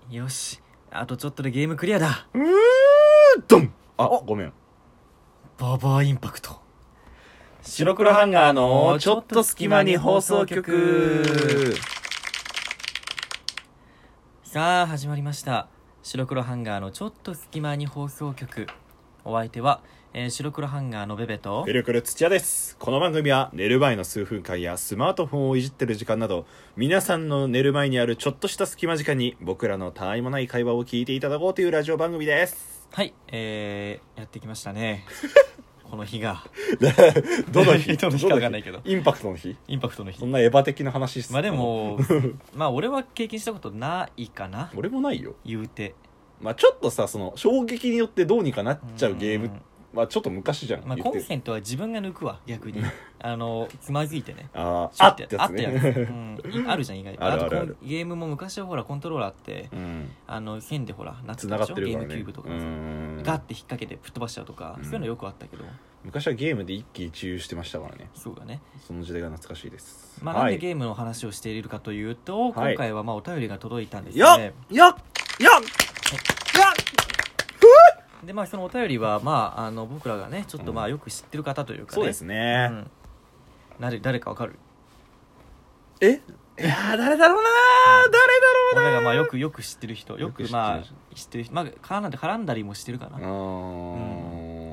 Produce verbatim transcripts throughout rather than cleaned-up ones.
よし、あとちょっとでゲームクリアだ。 うードン。あ、ごめん。 ババアインパクト。 白黒ハンガーのちょっと隙間に放送局。 さあ始まりました、白黒ハンガーのちょっと隙間に放送局。お相手は、えー、白黒ハンガーのベベとくるくる土屋です。この番組は寝る前の数分間やスマートフォンをいじってる時間など、皆さんの寝る前にあるちょっとした隙間時間に僕らのたわいもない会話を聞いていただこうというラジオ番組です。 はい、えー、やってきましたねこの日がどの日どの日か分かんないけど、 インパクトの日。 インパクトの日。 そんなエヴァ的な話っす。 まあでもまあ俺は経験したことないかな。 俺もないよ。 言うてまあちょっとさ、その衝撃によってどうにかなっちゃうゲーム、まあちょっと昔じゃん。 まあ、コンセントは自分が抜くわ、逆にあのつまずいてね。 ああってやつね。 あったやつ、うん、あるじゃん意外と。 あるあるあるあとゲームも昔はほらコントローラーって、 うん、 あの線でほらなって繋がってるゲからね。 ームキューブとかうん、 ガッて引っ掛けて吹っ飛ばしちゃうとか、 うん、 そういうのよくあったけど、 昔はゲームで一喜一憂してましたからね。 そうだね。 その時代が懐かしいです。 まあ、なんでゲームの話をしているかというと、はい、今回はまあお便りが届いたんですね。 よっよっよっよっでまあそのお便りはまああの僕らがねちょっとまあよく知ってる方というかね、 そうですね、 うん、誰誰かわかる？ えいや誰だろうな、うん、誰だろうな。 俺らがまあよくよく知ってる人、よくまあ知ってる人、まあ絡んで絡んだりもしてるかな。あー、 うん、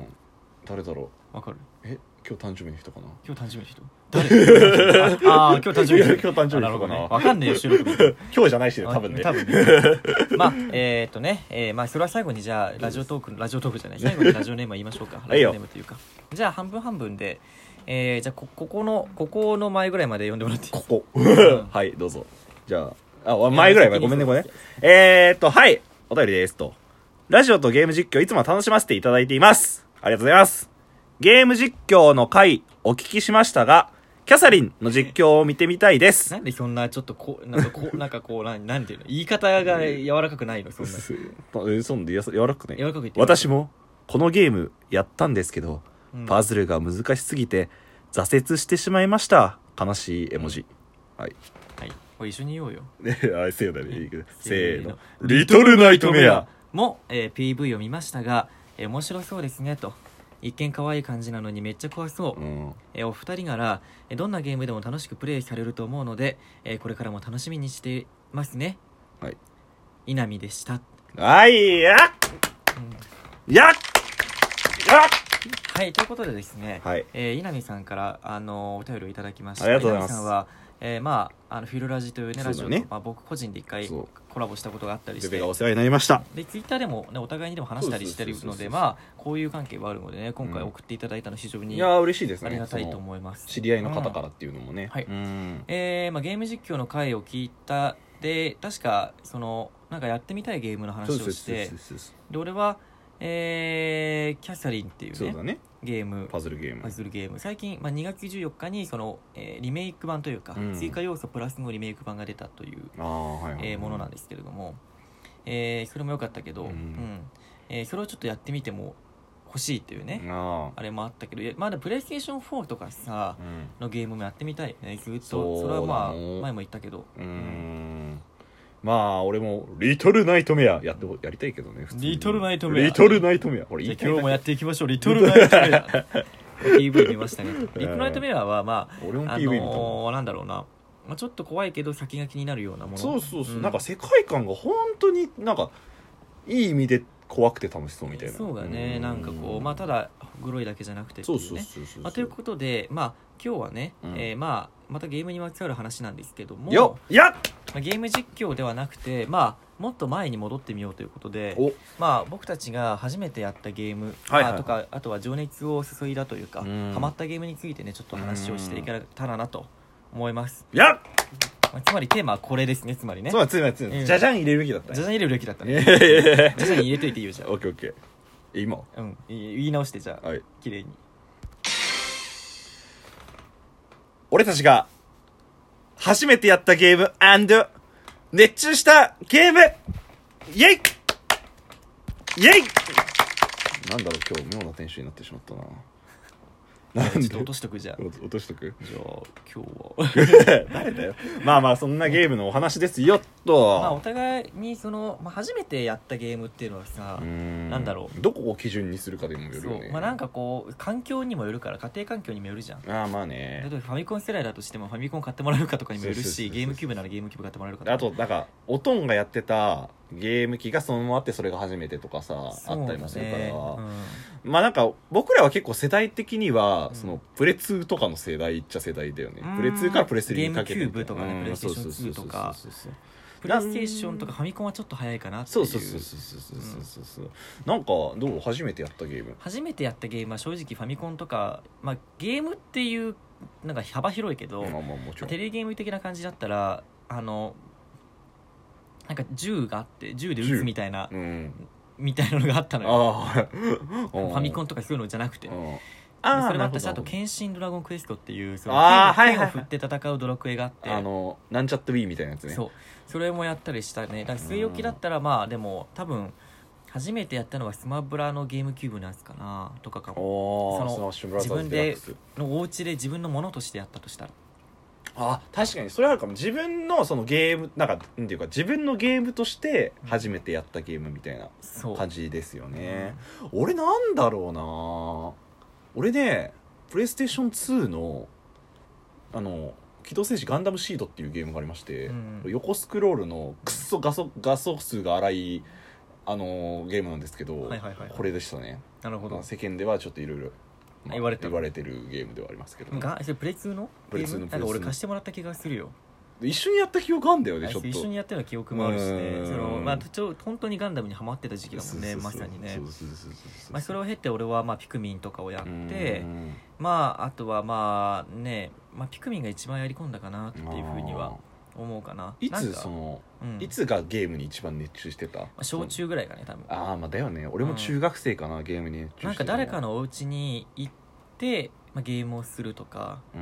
誰だろう。わかる？ え今日誕生日の人かな。 今日誕生日の人誰？ああ今日誕生日の人。 今日誕生日の人かな。 わかんねえよ収録日。 今日じゃないしね多分ね。 多分ね。まあえー、っとね、えー、まあそれは最後にじゃあラジオトークラジオトークじゃない最後にラジオネームは言いましょうか。ラジオネームというか。じゃあ半分半分で、えー、じゃあこここのここの前ぐらいまで読んでもらっていい？ ここはいどうぞ。じゃああ前ぐらいまでごめんねごめんね。えー、っとはいお便りですと。ラジオとゲーム実況いつも楽しませていただいています。ありがとうございます。ゲーム実況の回お聞きしましたが、キャサリンの実況を見てみたいです。 なんでそんなちょっとこうなんかこうなんかこうなんなんていうの言い方が柔らかくないのそんな。 えそんで柔らかくない。 柔らかく言って。 私もこのゲームやったんですけど、うん、パズルが難しすぎて挫折してしまいました。悲しい絵文字。はいはい。これ一緒に言おうよ。 ねあせーだね。せーの。リトルナイトメアも、えー、ピーブイ を見ましたが、えー、面白そうですねと。一見可愛い感じなのにめっちゃ怖そう、うん、えー、お二人ならどんなゲームでも楽しくプレイされると思うので、えー、これからも楽しみにしてますね。 はい、 稲見でした。 はいや、うん、ややはいということでですね、 はい、 えー、稲見さんからあのー、お便りをいただきました。 ありがとうございます。 稲見さんはえー、まああのフィルラジというねラジオと、 ね、 まあ、僕個人で一回コラボしたことがあったりして、 ベベがお世話になりました。 でツイッターでも、ね、お互いにでも話したりしてるので、まあこういう関係はあるのでね、今回送っていただいたの非常に、うん、 いや嬉しいですね。 ありがたいと思います。 知り合いの方からっていうのもね、 うん、はい、えーまあ、ゲーム実況の回を聞いたで、確かそのなんかやってみたいゲームの話をして、で俺は、えー、キャサリンっていう ね, そうだねゲームパズルゲームパズルゲーム最近、まあ、にがつじゅうよっかにその、えー、リメイク版というか、うん、追加要素プラスのリメイク版が出たという、はいはい、えー、ものなんですけれども、えー、それも良かったけど、うんうんえー、それをちょっとやってみても欲しいっていうね あ, あれもあったけど、まだプレイステーションフォーとかさ、うん、のゲームもやってみたいよねずっと。 そ, それはまあ前も言ったけど、 うーん、うんまあ俺もリトルナイトメアやってやりたいけどね。普通にリトルナイトメアリトルナイトメアこれじゃ今日もやっていきましょう。リトルナイトメアピーブイ 見ましたね。リトルナイトメアはまあ俺も ピーブイ 見た、 あのー、なんだろうな、まあ、ちょっと怖いけど先が気になるようなもの。 そうそうそう、うん、なんか世界観が本当になんかいい意味で怖くて楽しそうみたいな。 そうだね、なんかこうまあただグロいだけじゃなくてっていうね。そうそうそうそう、まあ、ということでまあ今日はね、うんえー、まあまたゲームにまつわる話なんですけども、 よっやっ、 まあ、ゲーム実況ではなくてまあもっと前に戻ってみようということで、まあ僕たちが初めてやったゲーム、はいはいまあ、とかあとは情熱を注いだというか、ハマったゲームについてねちょっと話をしていけたらなと思います。 やっ、 まあ、つまりテーマはこれですね。つまりね。 そうつまりつまりじゃじゃん入れるべきだったね。 じゃじゃん入れるべきだったね。じゃじゃん入れといていいよじゃあ。 オッケーオッケー。今うん言い直してじゃあ、はい、綺麗に。 俺たちが初めてやったゲーム&熱中したゲームイェイイェイなんだろう今日妙なテンションになってしまったな。 なんでちょっと落としとくじゃん。 落としとく。 じゃあ今日は誰だよ。まあまあそんなゲームのお話ですよと。 まあお互いにその、まあ、初めてやったゲームっていうのはさ、んなんだろう、 どこを基準にするかでもよるよね。 そう、まあなんかこう環境にもよるから、家庭環境にもよるじゃん。 ああまあね。 例えばファミコン世代だとしてもファミコン買ってもらえるかとかにもよるし、ゲームキューブならゲームキューブ買ってもらえるかとか、 あとなんかおとんがやってたゲーム機がそのままあってそれが初めてとかさ、あったりもするから、うん、まあなんか僕らは結構世代的には、うん、そのプレツーとかの世代っちゃ世代だよね。プレツーからプレスリーにかけてゲームキューブとかね、プレイステーションツーとかプレイステーションとかファミコンはちょっと早いかなっていう。 そうそうそうそうそうそうそう、うん、なんかどう初めてやったゲーム初めてやったゲームは正直ファミコンとか、まあ、ゲームっていうなんか幅広いけど、まあまあもちろんテレビゲーム的な感じだったらあのなんか銃があって銃で撃つみたいな、うん、みたいなのがあったのよ。ファミコンとかそういうのじゃなくて、あそれもあったし、あと剣心ドラゴンクエストっていうその剣を振って戦うドラクエがあって、 あのなんちゃって Wii みたいなやつね。 そうそれもやったりしたね。だから据え置きだったらまあでも多分初めてやったのはスマブラのゲームキューブのやつかなとかかも。その自分でのお家で自分のものとしてやったとしたら、 あ確かにそれあるかも。自分のそのゲームなんかなんていうか自分のゲームとして初めてやったゲームみたいな感じですよね、うん、俺なんだろうな、俺ねプレイステーションツーのあの機動戦士ガンダムシードっていうゲームがありまして、うん、横スクロールのくっそ画素画素数が荒いあのゲームなんですけど、はいはいはいはい、これでしたね。 なるほど。 世間ではちょっといろいろ言われてる言われてるゲームではありますけど、ね、 がそれプレツーのプレツーのなんか俺貸してもらった気がするよ。 一緒にやった記憶あんだよね。ちょっと一緒にやったような記憶もあるしね。そのまあちょ本当にガンダムにハマってた時期だもんね。まさにね。まあそれを経て俺はまあピクミンとかをやって、まああとはまあね、まあピクミンが一番やり込んだかなっていうふうには思うかな。 いつその、うん、いつがゲームに一番熱中してた？ 小中ぐらいかね多分。 ああまあだよね。俺も中学生かな、うん、ゲームに熱中してた。 なんか誰かのお家に行って、まあ、ゲームをするとか、うん、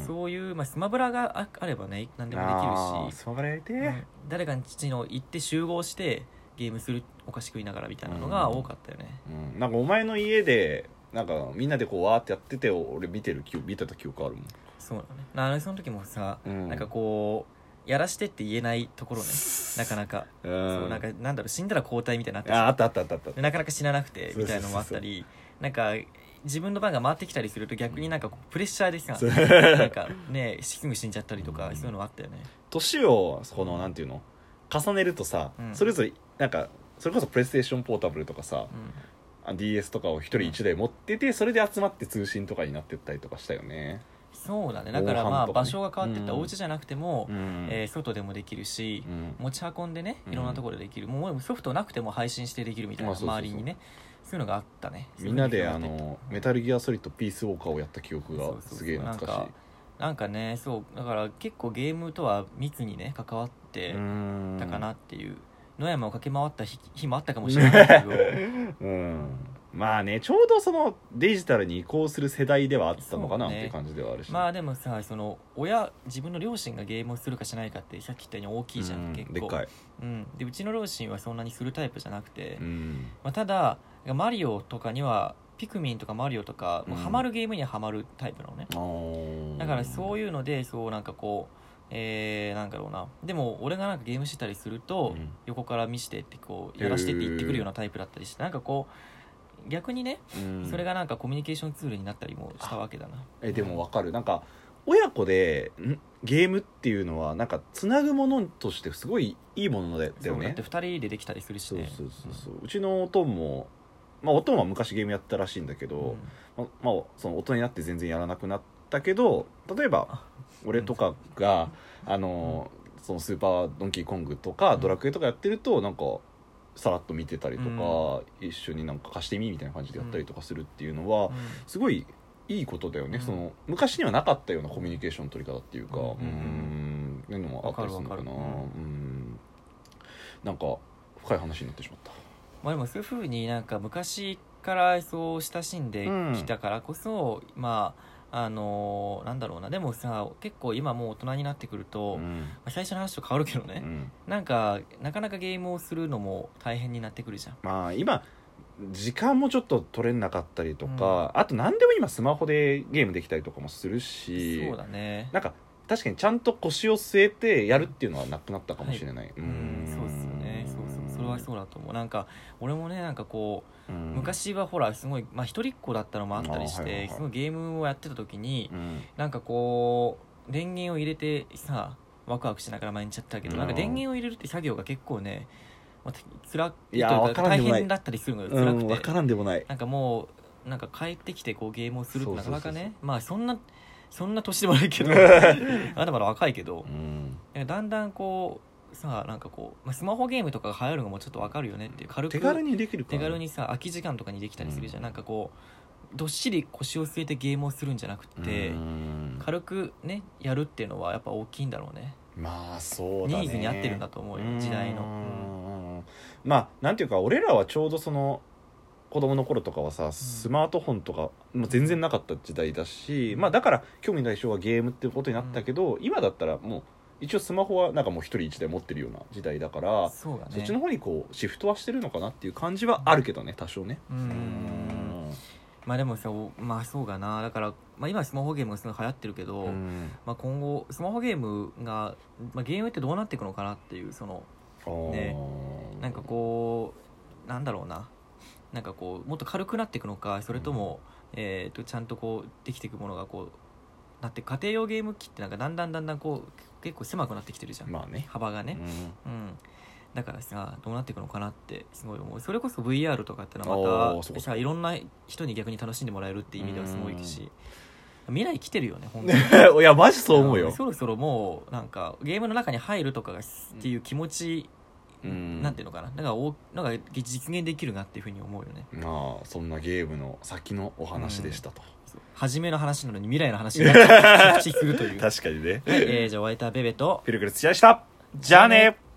そういう、まあ、スマブラが あ, あればね何でもできるし、 スマブラやりて、 うん、誰かに父の行って集合してゲームするお菓子食いながらみたいなのが多かったよね、 うんうん、なんかお前の家でなんかみんなでこうわーってやってて俺見てる見てた記憶あるもん。 そうだね。あその時もさ、うん、なんかこうやらしてって言えないところねなかなか、うん、そうなんかなんだろう死んだら交代みたいになってああったあったあったあったなかなか死ななくてみたいなのもあったり、なんか自分の番が回ってきたりすると逆になんかこうプレッシャーでさなんかねすぐ死んじゃったりとか、うん、そういうのあったよね。 年をこのなんていうの重ねるとさ、うん、それぞれなんかそれこそプレイステーションポータブルとかさ、うん、ディーエス とかを一人一台持っててそれで集まって通信とかになってったりとかしたよね。 そうだね。だからまあ場所が変わってった、うん、お家じゃなくても、うんえー、外でもできるし、うん、持ち運んでねいろんなところでできる、うん、もうソフトなくても配信してできるみたいな、周りにねそういうのがあったね。 みんなであのメタルギアソリッドピースウォーカーをやった記憶がすげえ懐かしい。 なんかなんかねそうだから結構ゲームとは密にね関わってたかなっていう野山を駆け回った 日, 日もあったかもしれないけどうんまあねちょうどそのデジタルに移行する世代ではあったのかな、ね、っていう感じではあるし、 まあでもさその親自分の両親がゲームをするかしないかってさっき言ったように大きいじゃん、うん、結構でっかい、 うん、でうちの両親はそんなにするタイプじゃなくて、 うんまあ、ただマリオとかにはピクミンとかマリオとか、うん、ハマるゲームにはハマるタイプなのね、 うん、 だからそういうのでそうなんかこうえー、なんだろうなでも俺がなんかゲームしてたりすると、うん、横から見してってこうやらしてって言ってくるようなタイプだったりしてなんかこう逆にね、うん、それがなんかコミュニケーションツールになったりもしたわけだな。 えでも分かる。なんか親子でゲームっていうのはなんかつなぐものとしてすごいいいものだよね。そうだってふたりでできたりするしね。 そうそうそうそう、うん、うちのおとんもまあおとんは昔ゲームやったらしいんだけど、うん、ままあその大人になって全然やらなくなったけど例えば俺とかが、うん、あのそのスーパードンキーコングとかドラクエとかやってるとなんかさらっと見てたりとか、うん、一緒になんか貸してみみたいな感じでやったりとかするっていうのは、うん、すごいいいことだよね、うん、その昔にはなかったようなコミュニケーションの取り方っていうか、うん、うんっていうのもあったりするのかな、うん、なんか深い話になってしまった。 まあでもそういう風になんか昔からそう親しんできたからこそ、うん、まああのー、なんだろうなでもさ結構今もう大人になってくると、うんまあ、最初の話と変わるけどね、うん、なんかなかなかゲームをするのも大変になってくるじゃん。 まあ今時間もちょっと取れなかったりとか、うん、あと何でも今スマホでゲームできたりとかもするし、 そうだね、 なんか確かにちゃんと腰を据えてやるっていうのはなくなったかもしれない、はい、 うん、そうですよね、そうそう、それはそうだと思う。なんか俺もね、なんかこう、うん、昔はほらすごい、まあ、一人っ子だったのもあったりして、はいはいはい、すごいゲームをやってた時に、うん、なんかこう電源を入れてさワクワクしながら毎日やったけど、うん、なんか電源を入れるって作業が結構ね、まあ、辛いというか大変だったりするのが辛くて、 分からんでもない、 なんかもうなんか帰ってきてこうゲームをするってなかなかね、まあそんなそんな年でもないけどまだまだ若いけど、うん、だんだんこうさ、なんかこう、まあ、スマホゲームとかが流行るのもちょっと分かるよねっていう、軽く手軽にできるか、 手軽にさ空き時間とかにできたりするじゃん、うん、なんかこうどっしり腰を据えてゲームをするんじゃなくて、うん、軽くねやるっていうのはやっぱ大きいんだろうね。 まあそうだね、 ニーズに合ってるんだと思うよ、時代の、 うん、まあなんていうか俺らはちょうどその子供の頃とかはさ、スマートフォンとかも全然なかった時代だし、うん、まあだから興味の対象はゲームっていうことになったけど、うん、今だったらもう一応スマホはなんかもう一人一台持ってるような時代だから、 そうだね、 そっちの方にこうシフトはしてるのかなっていう感じはあるけどね、多少ね。 うん、うん、まあでもさ、まあそうかな、だから、まあ、今スマホゲームがすごい流行ってるけど、うん、まあ、今後スマホゲームが、まあ、ゲームってどうなっていくのかなっていう、そのね、なんかこうなんだろうな、なんかこうもっと軽くなっていくのか、それとも、うん、えー、とちゃんとこうできていくものがこうなって、家庭用ゲーム機ってなんかだんだんだんだんこう結構狭くなってきてるじゃん、 まあね、 幅がね、うんうん、だからさどうなっていくのかなってすごい思う。それこそ ブイアール とかってのはまたさいろんな人に逆に楽しんでもらえるっていう意味ではすごいし、未来来てるよね本当にいやマジそう思うよ。 そろそろもうなんかゲームの中に入るとかがっていう気持ち、うん、なんていうのかな、だからおなんか実現できるなっていうふうに思うよね。 まあそんなゲームの先のお話でしたと、 うん、初めの話なのに未来の話になって告知するという確かにね、 はい、えー、じゃあお相手はベベとピルクル土屋でした。じゃあね。